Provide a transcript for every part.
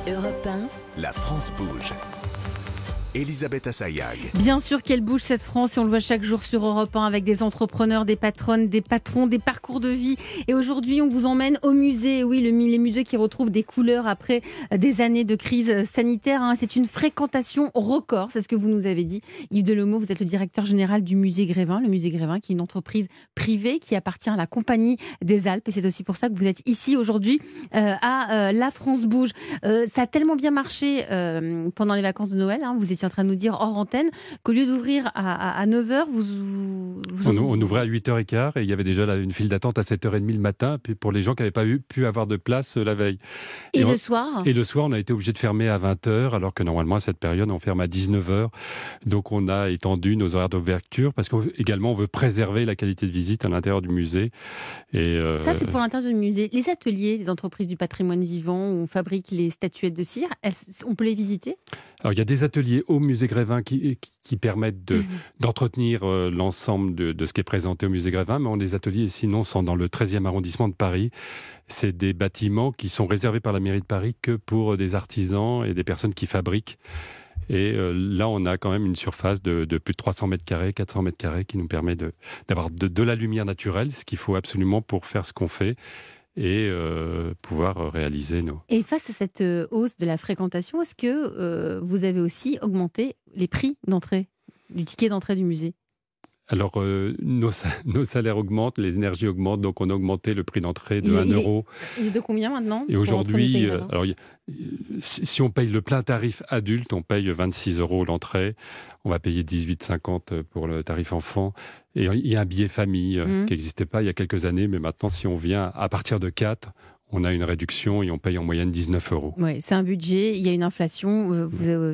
Europe 1, La France bouge. Elisabeth Assayag. Bien sûr qu'elle bouge cette France et on le voit chaque jour sur Europe 1 avec des entrepreneurs, des patronnes, des patrons, des parcours de vie. Et aujourd'hui, on vous emmène au musée. Oui, les musées qui retrouvent des couleurs après des années de crise sanitaire. C'est une fréquentation record, c'est ce que vous nous avez dit. Yves Delomeau, vous êtes le directeur général du musée Grévin. Le musée Grévin qui est une entreprise privée qui appartient à la Compagnie des Alpes. Et c'est aussi pour ça que vous êtes ici aujourd'hui à La France bouge. Ça a tellement bien marché pendant les vacances de Noël. Vous étiez en train de nous dire hors antenne qu'au lieu d'ouvrir à 9h, on ouvrait à 8h15 et il y avait déjà une file d'attente à 7h30 le matin pour les gens qui n'avaient pas pu avoir de place la veille. Et le soir ? Et le soir, on a été obligé de fermer à 20h alors que normalement à cette période, on ferme à 19h. Donc on a étendu nos horaires d'ouverture parce qu'également on veut préserver la qualité de visite à l'intérieur du musée. Et ça, c'est pour l'intérieur du musée. Les ateliers, les entreprises du patrimoine vivant où on fabrique les statuettes de cire, on peut les visiter ? Alors, il y a des ateliers au musée Grévin qui permettent d'entretenir l'ensemble de ce qui est présenté au musée Grévin, mais les ateliers, sinon, sont dans le 13e arrondissement de Paris. C'est des bâtiments qui sont réservés par la mairie de Paris que pour des artisans et des personnes qui fabriquent. Et là, on a quand même une surface de plus de 300 mètres carrés, 400 mètres carrés, qui nous permet d'avoir de la lumière naturelle, ce qu'il faut absolument pour faire ce qu'on fait. Et pouvoir réaliser nos... Et face à cette hausse de la fréquentation, est-ce que vous avez aussi augmenté les prix d'entrée, du ticket d'entrée du musée ? Alors, nos salaires augmentent, les énergies augmentent, donc on a augmenté le prix d'entrée de 1 euro. Il est de combien maintenant ? Et aujourd'hui, si on paye le plein tarif adulte, on paye 26 € l'entrée. On va payer 18,50 pour le tarif enfant. Et il y a un billet famille qui n'existait pas il y a quelques années, mais maintenant, si on vient à partir de 4, on a une réduction et on paye en moyenne 19 €. Oui, c'est un budget, il y a une inflation,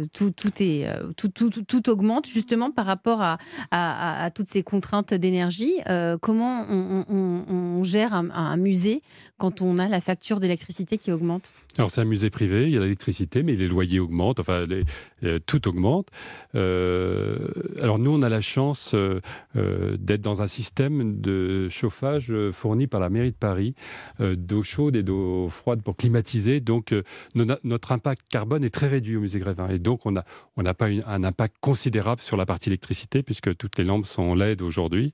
tout augmente justement par rapport à toutes ces contraintes d'énergie. Comment on gère un musée quand on a la facture d'électricité qui augmente ? Alors c'est un musée privé, il y a l'électricité, mais les loyers augmentent, tout augmente. Alors nous, on a la chance d'être dans un système de chauffage fourni par la mairie de Paris, d'eau chaude et d'eau froide pour climatiser. Donc notre impact carbone est très réduit au musée Grévin. Et donc on n'a pas un impact considérable sur la partie électricité, puisque toutes les lampes sont LED aujourd'hui.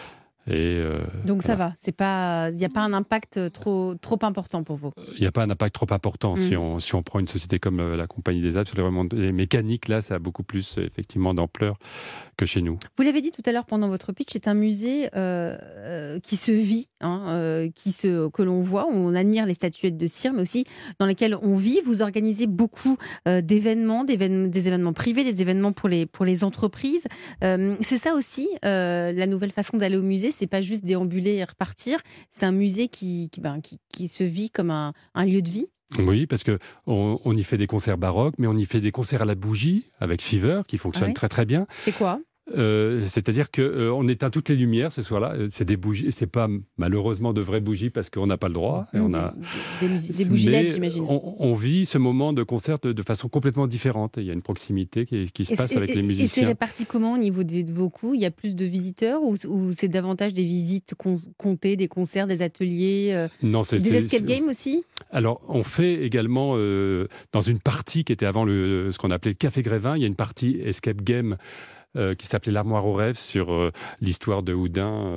Donc ça va, il n'y a pas un impact trop important pour vous. Il n'y a pas un impact trop important. Si on prend une société comme la Compagnie des Alpes, sur les mécaniques, là, ça a beaucoup plus effectivement d'ampleur que chez nous. Vous l'avez dit tout à l'heure pendant votre pitch, c'est un musée qui se vit, que l'on voit, où on admire les statuettes de cire, mais aussi dans lesquelles on vit. Vous organisez beaucoup d'événements, des événements privés, des événements pour les entreprises. C'est ça aussi, la nouvelle façon d'aller au musée. C'est pas juste déambuler et repartir. C'est un musée qui se vit comme un lieu de vie. Oui, parce qu'on y fait des concerts baroques, mais on y fait des concerts à la bougie avec Fever qui fonctionne très très bien. C'est quoi ? C'est-à-dire qu'on éteint toutes les lumières ce soir-là. C'est des bougies, c'est pas malheureusement de vraies bougies parce qu'on n'a pas le droit. Et des bougies LED, j'imagine. On vit ce moment de concert de façon complètement différente. Il y a une proximité qui se passe avec les musiciens. Et c'est réparti comment au niveau de vos coûts ? Il y a plus de visiteurs ou c'est davantage des visites comptées, des concerts, des ateliers, des escape games aussi ? Alors, on fait également, dans une partie qui était avant ce qu'on appelait le Café Grévin, il y a une partie escape game qui s'appelait l'Armoire aux rêves sur l'histoire de Houdin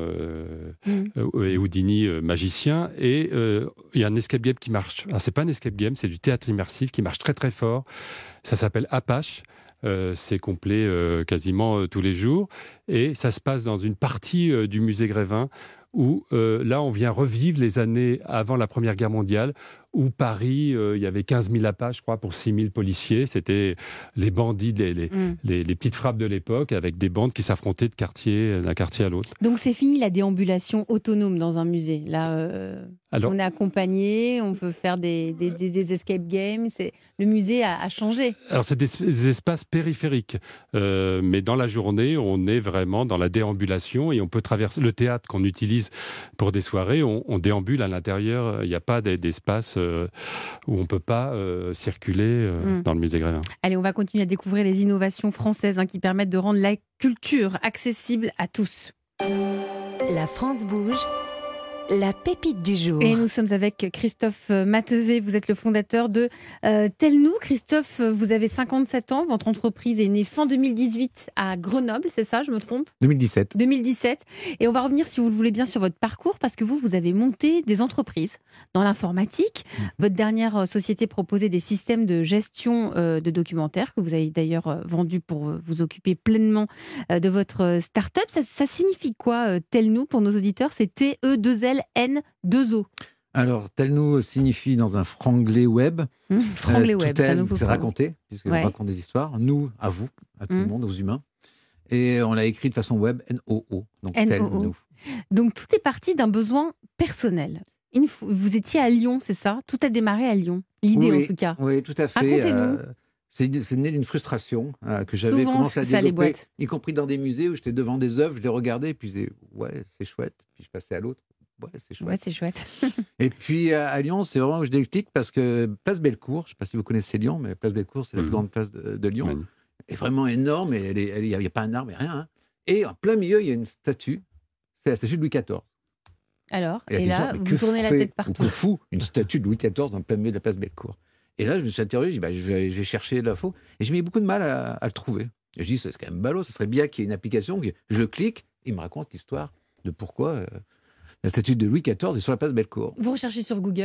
et Houdini, magicien. Et il y a un escape game qui marche. Alors, c'est pas un escape game, c'est du théâtre immersif qui marche très très fort. Ça s'appelle Apache. C'est complet quasiment tous les jours. Et ça se passe dans une partie du musée Grévin où là, on vient revivre les années avant la Première Guerre mondiale, où Paris, il y avait 15 000 Apaches, je crois, pour 6 000 policiers. C'était les bandits, les petites frappes de l'époque, avec des bandes qui s'affrontaient d'un quartier à l'autre. Donc c'est fini la déambulation autonome dans un musée. Là, on est accompagné, on peut faire des escape games. Le musée a changé. Alors c'est des espaces périphériques, mais dans la journée, on est vraiment dans la déambulation et on peut traverser le théâtre qu'on utilise pour des soirées. On déambule à l'intérieur. Il n'y a pas d'espace où on ne peut pas circuler dans le musée Grévin. Allez, on va continuer à découvrir les innovations françaises qui permettent de rendre la culture accessible à tous. La France bouge. La pépite du jour. Et nous sommes avec Christophe Matevé, vous êtes le fondateur de Tell-nous. Christophe, vous avez 57 ans, votre entreprise est née fin 2018 à Grenoble, c'est ça, je me trompe ? 2017. 2017. Et on va revenir, si vous le voulez bien, sur votre parcours, parce que vous avez monté des entreprises dans l'informatique. Votre dernière société proposait des systèmes de gestion de documentaires, que vous avez d'ailleurs vendu pour vous occuper pleinement de votre start-up. Ça signifie quoi, Tell-nous, pour nos auditeurs ? C'est T-E-2-L-N-2-O. Alors, Tell-nous signifie dans un franglais web. Franglais web, ça nous faut c'est pas. raconter, puisqu'on raconte des histoires. Nous, à vous, à tout le monde, aux humains. Et on l'a écrit de façon web, N-O-O. Donc, Tell-nous. Donc, tout est parti d'un besoin personnel. Vous étiez à Lyon, c'est ça ? Tout a démarré à Lyon. L'idée, en tout cas. Oui, tout à fait. Racontez-nous. C'est né d'une frustration que j'avais Souvent, commencé à c'est ça, les développer, boîtes. y compris dans des musées où j'étais devant des œuvres, je les regardais, et puis je disais, ouais, c'est chouette. Puis je passais à l'autre, ouais, c'est chouette. Ouais, c'est chouette. Et puis à Lyon, c'est vraiment où je déclic parce que Place Bellecour, je ne sais pas si vous connaissez Lyon, mais Place Bellecour, c'est la plus grande place de Lyon, est vraiment énorme, et il n'y a pas un arbre, rien. Hein. Et en plein milieu, il y a une statue, c'est la statue de Louis XIV. Alors, et là, vous tournez la tête partout. Que fout une statue de Louis XIV en plein milieu de la place Bellecour. Et là, je me suis interrogé, je vais chercher l'info, et j'ai mis beaucoup de mal à le trouver. Et je dis, c'est quand même ballot, ça serait bien qu'il y ait une application, je clique, il me raconte l'histoire de pourquoi la statue de Louis XIV est sur la place Bellecour. Vous recherchez sur Google ?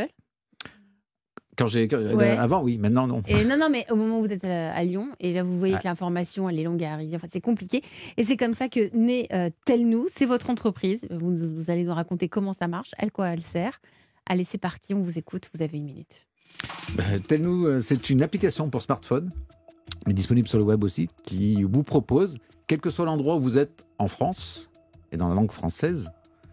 Avant, oui, maintenant, non. Et non, mais au moment où vous êtes à Lyon, et là, vous voyez que l'information, elle est longue à arriver, enfin, c'est compliqué. Et c'est comme ça que naît Tell-nous, c'est votre entreprise. Vous allez nous raconter comment ça marche, à quoi elle sert. Allez, c'est parti, on vous écoute, vous avez 1 minute. Tell-nous, c'est une application pour smartphone, mais disponible sur le web aussi, qui vous propose, quel que soit l'endroit où vous êtes en France, et dans la langue française,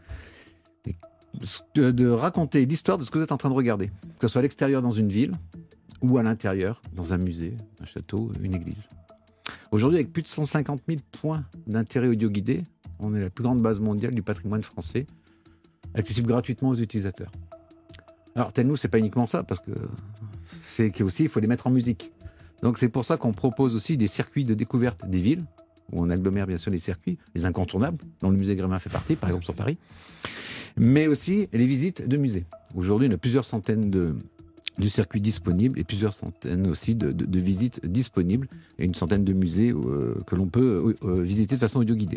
de raconter l'histoire de ce que vous êtes en train de regarder. Que ce soit à l'extérieur dans une ville, ou à l'intérieur, dans un musée, un château, une église. Aujourd'hui, avec plus de 150 000 points d'intérêt audio guidés, on est la plus grande base mondiale du patrimoine français, accessible gratuitement aux utilisateurs. Alors, Tell-nous, c'est pas uniquement ça, parce que c'est qu'aussi, il faut les mettre en musique. Donc, c'est pour ça qu'on propose aussi des circuits de découverte des villes, où on agglomère bien sûr les circuits, les incontournables, dont le musée Grévin fait partie, par exemple sur Paris, mais aussi les visites de musées. Aujourd'hui, on a plusieurs centaines de circuits disponibles et plusieurs centaines aussi de visites disponibles, et une centaine de musées que l'on peut visiter de façon audio-guidée.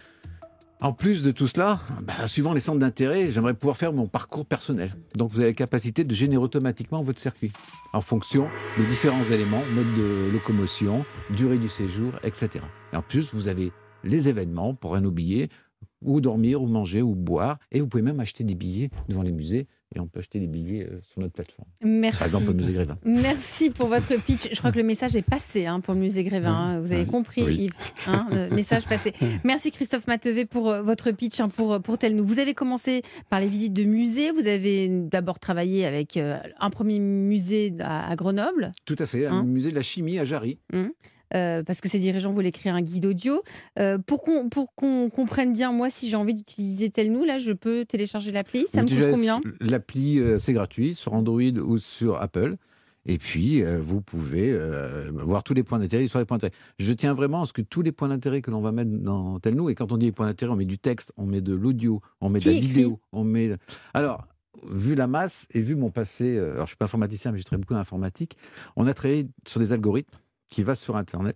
En plus de tout cela, suivant les centres d'intérêt, j'aimerais pouvoir faire mon parcours personnel. Donc vous avez la capacité de générer automatiquement votre circuit en fonction de différents éléments, mode de locomotion, durée du séjour, etc. Et en plus, vous avez les événements pour un billet, ou dormir, ou manger, ou boire. Et vous pouvez même acheter des billets devant les musées. Et on peut acheter des billets sur notre plateforme. Merci. Par exemple, au musée Grévin. Merci pour votre pitch. Je crois que le message est passé pour le musée Grévin. Vous avez compris, Yves. Le message passé. Merci Christophe Matevé pour votre pitch pour Tell-nous. Vous avez commencé par les visites de musées. Vous avez d'abord travaillé avec un premier musée à Grenoble. Tout à fait, un musée de la chimie à Jarry. Parce que ces dirigeants voulaient créer un guide audio. Pour qu'on comprenne bien, moi, si j'ai envie d'utiliser Tell-nous, là, je peux télécharger l'appli. Ça me coûte combien ? L'appli, c'est gratuit, sur Android ou sur Apple. Et puis, vous pouvez voir tous les points d'intérêt sur les points d'intérêt. Je tiens vraiment à ce que tous les points d'intérêt que l'on va mettre dans Tell-nous, et quand on dit les points d'intérêt, on met du texte, on met de l'audio, on met de la vidéo, on met... Alors, vu la masse et vu mon passé, alors je ne suis pas informaticien, mais j'ai travaillé beaucoup d'informatique, on a travaillé sur des algorithmes qui vont sur Internet,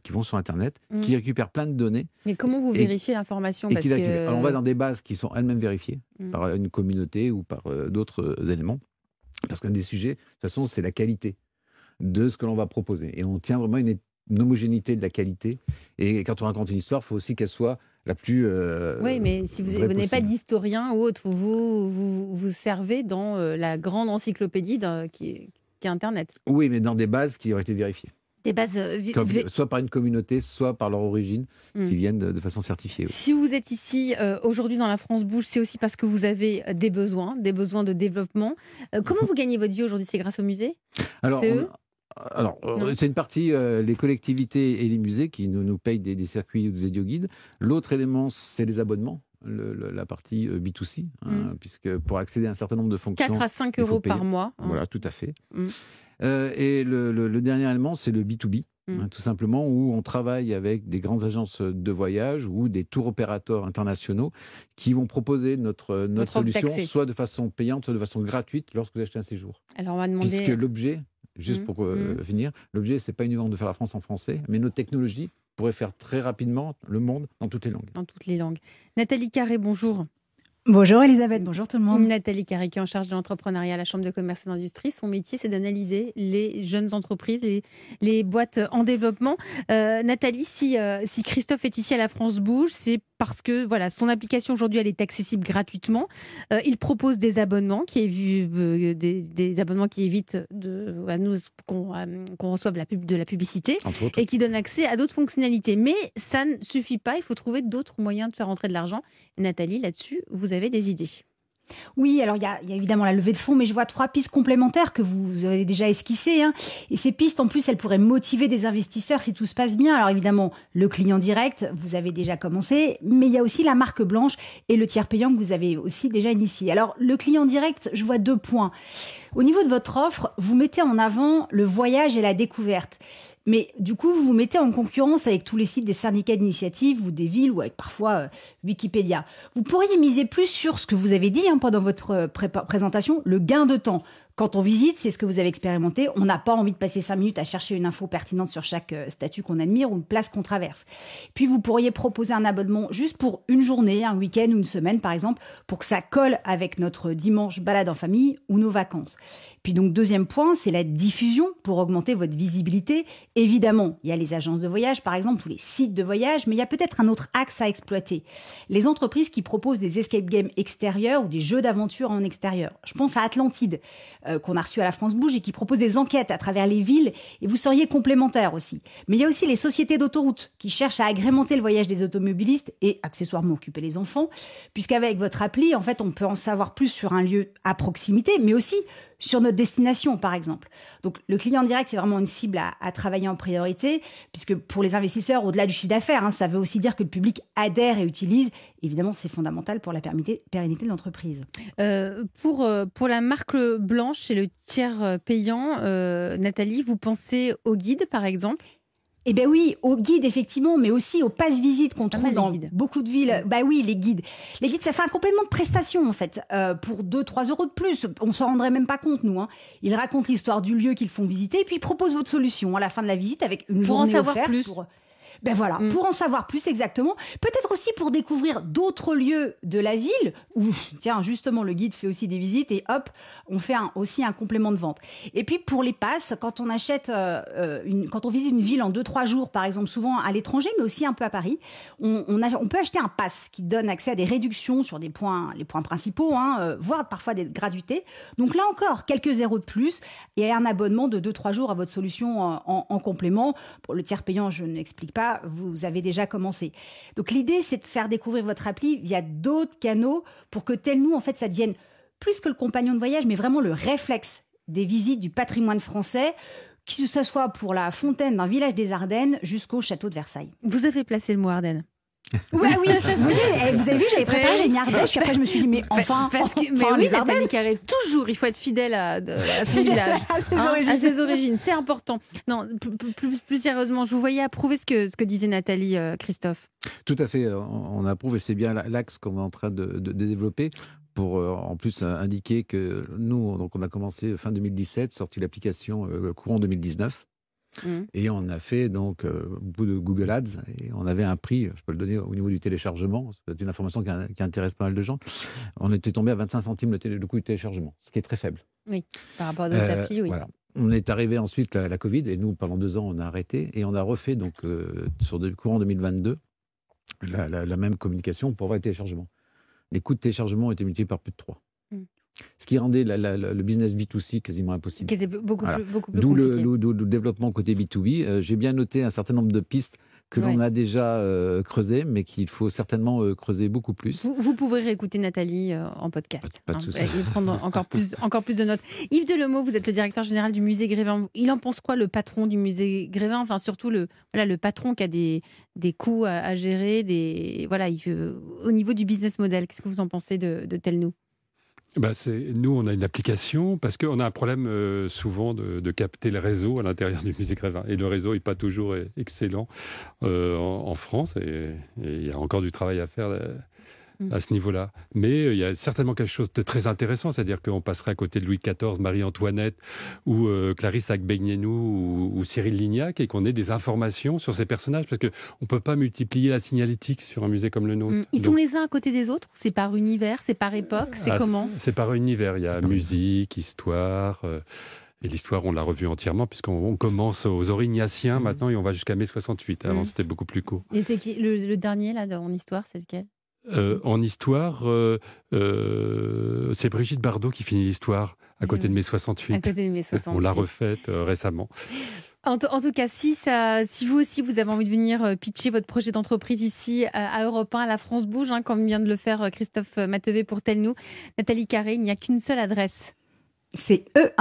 qui récupèrent plein de données. Mais comment vous vérifiez l'information ? Alors on va dans des bases qui sont elles-mêmes vérifiées par une communauté ou par d'autres éléments. Parce qu'un des sujets, de toute façon, c'est la qualité de ce que l'on va proposer. Et on tient vraiment une homogénéité de la qualité. Et quand on raconte une histoire, il faut aussi qu'elle soit la plus... oui, mais si vous n'êtes pas d'historien ou autre, vous servez dans la grande encyclopédie qui est Internet. Oui, mais dans des bases qui ont été vérifiées. Des bases soit par une communauté, soit par leur origine, qui viennent de façon certifiée. Oui. Si vous êtes ici aujourd'hui dans La France Bouge, c'est aussi parce que vous avez des besoins de développement. Comment vous gagnez votre vie aujourd'hui ? C'est grâce au musée ? Alors, c'est une partie, les collectivités et les musées qui nous payent des circuits ou des audioguides. L'autre élément, c'est les abonnements. La partie B2C, puisque pour accéder à un certain nombre de fonctions... 4 à 5 euros par mois. Voilà, tout à fait. Et le dernier élément, c'est le B2B, tout simplement, où on travaille avec des grandes agences de voyage ou des tours opérateurs internationaux qui vont proposer notre solution, soit de façon payante, soit de façon gratuite lorsque vous achetez un séjour. Alors on va demander... Puisque l'objet, juste pour finir, l'objet, c'est pas uniquement de faire la France en français, mais notre technologie pourrait faire très rapidement le monde dans toutes les langues. Dans toutes les langues. Nathalie Carré, bonjour. Bonjour Elisabeth, bonjour tout le monde. Nathalie Carré qui est en charge de l'entrepreneuriat à la Chambre de commerce et d'industrie. Son métier, c'est d'analyser les jeunes entreprises, les boîtes en développement. Nathalie, si Christophe est ici à La France Bouge, c'est parce que voilà, son application aujourd'hui, elle est accessible gratuitement. Il propose des abonnements des abonnements qui évitent à nous qu'on reçoive de la publicité et qui donnent accès à d'autres fonctionnalités. Mais ça ne suffit pas, il faut trouver d'autres moyens de faire entrer de l'argent. Nathalie, là-dessus, vous avez des idées? Oui, alors il y a évidemment la levée de fonds, mais je vois 3 pistes complémentaires que vous avez déjà esquissées. Et ces pistes, en plus, elles pourraient motiver des investisseurs si tout se passe bien. Alors évidemment, le client direct, vous avez déjà commencé, mais il y a aussi la marque blanche et le tiers payant que vous avez aussi déjà initié. Alors le client direct, je vois 2 points. Au niveau de votre offre, vous mettez en avant le voyage et la découverte. Mais du coup, vous vous mettez en concurrence avec tous les sites des syndicats d'initiative ou des villes ou avec parfois Wikipédia. Vous pourriez miser plus sur ce que vous avez dit pendant votre présentation, le gain de temps. Quand on visite, c'est ce que vous avez expérimenté. On n'a pas envie de passer 5 minutes à chercher une info pertinente sur chaque statue qu'on admire ou une place qu'on traverse. Puis vous pourriez proposer un abonnement juste pour une journée, un week-end ou une semaine par exemple, pour que ça colle avec notre dimanche balade en famille ou nos vacances. Puis donc deuxième point, c'est la diffusion pour augmenter votre visibilité. Évidemment, il y a les agences de voyage par exemple, ou les sites de voyage, mais il y a peut-être un autre axe à exploiter. Les entreprises qui proposent des escape games extérieurs ou des jeux d'aventure en extérieur. Je pense à Atlantide, qu'on a reçu à La France Bouge et qui propose des enquêtes à travers les villes, et vous seriez complémentaires aussi. Mais il y a aussi les sociétés d'autoroutes qui cherchent à agrémenter le voyage des automobilistes et accessoirement occuper les enfants, puisqu'avec votre appli, en fait, on peut en savoir plus sur un lieu à proximité, mais aussi sur notre destination, par exemple. Donc, le client direct, c'est vraiment une cible à travailler en priorité, puisque pour les investisseurs, au-delà du chiffre d'affaires, ça veut aussi dire que le public adhère et utilise. Évidemment, c'est fondamental pour la pérennité de l'entreprise. Pour la marque blanche et le tiers payant, Nathalie, vous pensez au guide, par exemple ? Eh bien oui, aux guides, effectivement, mais aussi aux passe-visites qu'on trouve dans beaucoup de villes. Bah oui, les guides. Les guides, ça fait un complément de prestation, en fait, pour 2-3 euros de plus. On s'en rendrait même pas compte, nous. Ils racontent l'histoire du lieu qu'ils font visiter et puis ils proposent votre solution à la fin de la visite avec une journée offerte. Pour en savoir plus. Ben voilà, pour en savoir plus exactement. Peut-être aussi pour découvrir d'autres lieux de la ville où, tiens, justement, le guide fait aussi des visites et hop, on fait aussi un complément de vente. Et puis pour les passes, quand on achète, quand on visite une ville en 2-3 jours, par exemple, souvent à l'étranger, mais aussi un peu à Paris, on peut acheter un pass qui donne accès à des réductions sur les points principaux, voire parfois des gratuités. Donc là encore, quelques zéros de plus et un abonnement de 2-3 jours à votre solution en complément. Pour le tiers payant, je n'explique pas. Vous avez déjà commencé. Donc l'idée, c'est de faire découvrir votre appli via d'autres canaux pour que tel nous, en fait, ça devienne plus que le compagnon de voyage, mais vraiment le réflexe des visites du patrimoine français, que ce soit pour la fontaine d'un village des Ardennes jusqu'au château de Versailles. Vous avez placé le mot Ardennes. Ouais, oui, vous avez vu, j'avais préparé les Ardèches, puis après je me suis dit, mais enfin, les Ardennes, Carré, toujours, il faut être fidèle à son village, à ses origines, c'est important. Non, plus sérieusement, je vous voyais approuver ce que disait Nathalie, Christophe. Tout à fait, on approuve et c'est bien l'axe qu'on est en train de développer. Pour en plus indiquer que nous, donc on a commencé fin 2017, sorti l'application courant 2019. Et on a fait donc beaucoup de Google Ads et on avait un prix, je peux le donner au niveau du téléchargement, c'est une information qui intéresse pas mal de gens. On était tombé à 25 centimes le coût du téléchargement, ce qui est très faible. Oui, par rapport à d'autres applis, oui. Voilà. On est arrivé ensuite la Covid et nous, pendant 2 ans, on a arrêté et on a refait donc sur le courant 2022 la même communication pour voir les téléchargements. Les coûts de téléchargement ont été multipliés par plus de 3. Ce qui rendait le business B2C quasiment impossible. Qui était beaucoup plus D'où compliqué. le développement côté B2B. J'ai bien noté un certain nombre de pistes que l'on a déjà creusées, mais qu'il faut certainement creuser beaucoup plus. Vous pourrez réécouter Nathalie en podcast. Pas de souci. Et prendre encore plus de notes. Yves Delemot, vous êtes le directeur général du musée Grévin. Il en pense quoi, le patron du musée Grévin? Enfin, surtout le patron qui a des coûts à gérer. Au niveau du business model, qu'est-ce que vous en pensez de Telnou? Nous, on a une application parce qu'on a un problème souvent de capter le réseau à l'intérieur du musée Grévin. Et le réseau n'est pas toujours excellent en France. Et il y a encore du travail à faire à ce niveau-là. Mais il y a certainement quelque chose de très intéressant, c'est-à-dire qu'on passerait à côté de Louis XIV, Marie-Antoinette ou Clarisse Agbenienou ou Cyril Lignac et qu'on ait des informations sur ces personnages parce qu'on ne peut pas multiplier la signalétique sur un musée comme le nôtre. Ils sont les uns à côté des autres? C'est par univers, c'est par époque, c'est comment? C'est par univers. Il y a musique, histoire... Et l'histoire, on l'a revue entièrement, puisqu'on commence aux Aurignaciens maintenant et on va jusqu'à mai 68. Avant, c'était beaucoup plus court. Et c'est qui le dernier, là, en histoire, c'est lequel? En histoire, c'est Brigitte Bardot qui finit l'histoire à côté de mai 68. À côté de mai 68. On l'a refaite récemment. En tout cas, si vous aussi vous avez envie de venir pitcher votre projet d'entreprise ici à Europe 1, à la France Bouge, comme vient de le faire Christophe Matevé pour Tell Nous, Nathalie Carré, il n'y a qu'une seule adresse. C'est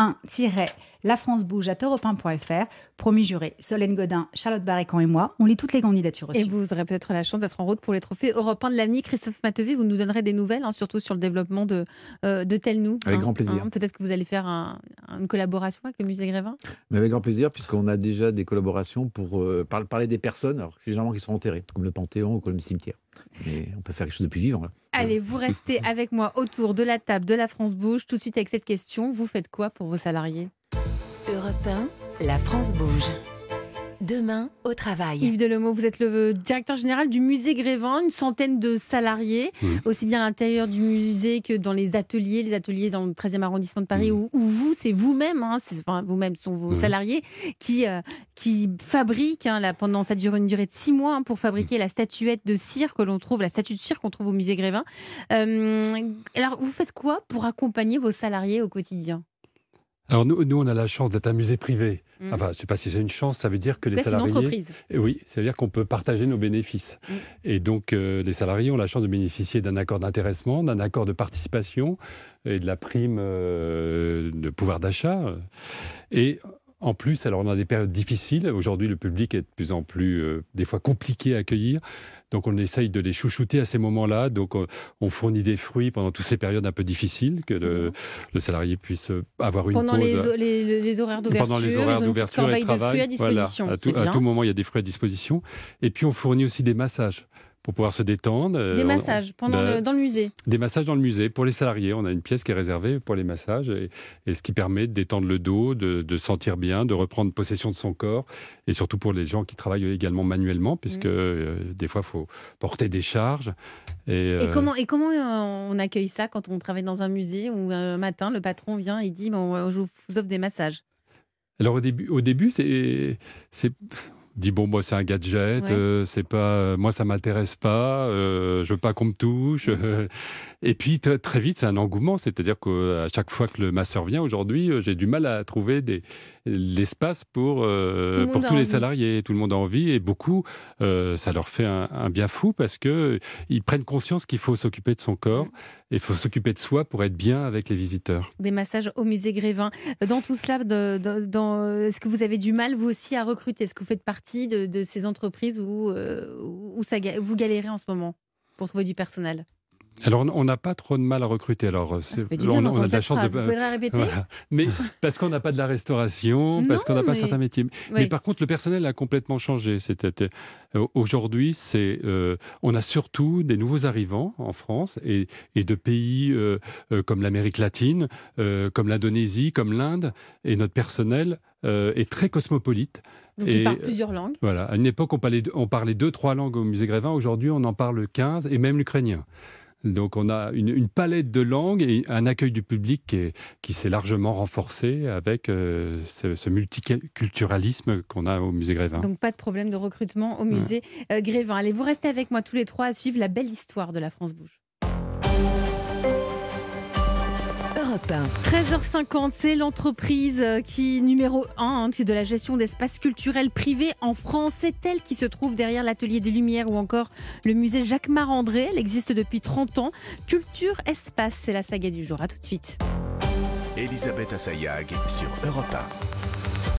E1-lafrancebouge@europe1.fr. Promis juré, Solène Godin, Charlotte Barrécan et moi, on lit toutes les candidatures aussi. Et vous aurez peut-être la chance d'être en route pour les trophées Europe 1 de l'avenir. Christophe Matevé, vous nous donnerez des nouvelles, surtout sur le développement de Tell Nous. Avec grand plaisir. Peut-être que vous allez faire une collaboration avec le musée Grévin. Mais avec grand plaisir, puisqu'on a déjà des collaborations pour parler des personnes, alors c'est généralement qui sont enterrées, comme le Panthéon ou comme le cimetière. Mais on peut faire quelque chose de plus vivant, là. Allez, vous restez avec moi autour de la table de la France Bouge. Tout de suite avec cette question, vous faites quoi pour vos salariés? Europe 1, la France bouge. Demain, au travail. Yves Delemot, vous êtes le directeur général du musée Grévin, une centaine de salariés, aussi bien à l'intérieur du musée que dans les ateliers dans le 13e arrondissement de Paris, où vous, c'est vous-même, vous-même sont vos salariés qui fabriquent, ça dure une durée de 6 mois, pour fabriquer la statuette de cire la statue de cire qu'on trouve au musée Grévin. Alors, vous faites quoi pour accompagner vos salariés au quotidien? Alors nous, on a la chance d'être un musée privé. Enfin, je ne sais pas si c'est une chance, ça veut dire que les salariés... C'est une entreprise. Oui, ça veut dire qu'on peut partager nos bénéfices. Et donc, les salariés ont la chance de bénéficier d'un accord d'intéressement, d'un accord de participation et de la prime de pouvoir d'achat. Et en plus, alors on a des périodes difficiles. Aujourd'hui, le public est de plus en plus, des fois, compliqué à accueillir. Donc, on essaye de les chouchouter à ces moments-là. Donc, on fournit des fruits pendant toutes ces périodes un peu difficiles, que le salarié puisse avoir une pause. Pendant les horaires d'ouverture, pendant les horaires d'ouverture et de travail. De fruits à disposition. Voilà, à tout moment, il y a des fruits à disposition. Et puis, on fournit aussi des massages pour pouvoir se détendre. Des massages dans le musée. Des massages dans le musée pour les salariés. On a une pièce qui est réservée pour les massages et ce qui permet de détendre le dos, de sentir bien, de reprendre possession de son corps et surtout pour les gens qui travaillent également manuellement puisque des fois il faut porter des charges. Et comment on accueille ça quand on travaille dans un musée où un matin le patron vient et dit je vous offre des massages? Alors au début c'est dit c'est un gadget, c'est pas, moi ça m'intéresse pas, je veux pas qu'on me touche. Et puis très vite c'est un engouement, c'est-à-dire qu'à chaque fois que le masseur vient aujourd'hui, j'ai du mal à trouver l'espace pour tous les salariés. Tout le monde a envie et beaucoup, ça leur fait un bien fou parce que ils prennent conscience qu'il faut s'occuper de son corps et il faut s'occuper de soi pour être bien avec les visiteurs. Des massages au musée Grévin. Dans tout cela, est-ce que vous avez du mal vous aussi à recruter? Est-ce que vous faites partie de ces entreprises où vous galérez en ce moment pour trouver du personnel? Alors, on n'a pas trop de mal à recruter. Alors, on a de la chance de... Vous pouvez la répéter? Voilà. Mais parce qu'on n'a pas de la restauration, parce qu'on n'a pas certains métiers. Mais par contre, le personnel a complètement changé. Aujourd'hui, on a surtout des nouveaux arrivants en France et de pays comme l'Amérique latine, comme l'Indonésie, comme l'Inde. Et notre personnel est très cosmopolite. Donc, il parle plusieurs langues. Voilà. À une époque, on parlait 2-3 langues au musée Grévin. Aujourd'hui, on en parle 15 et même l'ukrainien. Donc on a une palette de langues et un accueil du public qui s'est largement renforcé avec ce multiculturalisme qu'on a au musée Grévin. Donc pas de problème de recrutement au musée Grévin. Allez, vous restez avec moi tous les trois à suivre la belle histoire de la France Bouge. 13h50, c'est l'entreprise numéro 1 de la gestion d'espaces culturels privés en France. C'est elle qui se trouve derrière l'Atelier des Lumières ou encore le musée Jacques Marandré. Elle existe depuis 30 ans. Culture Espace, c'est la saga du jour. À tout de suite. Elisabeth Assayag sur Europe 1.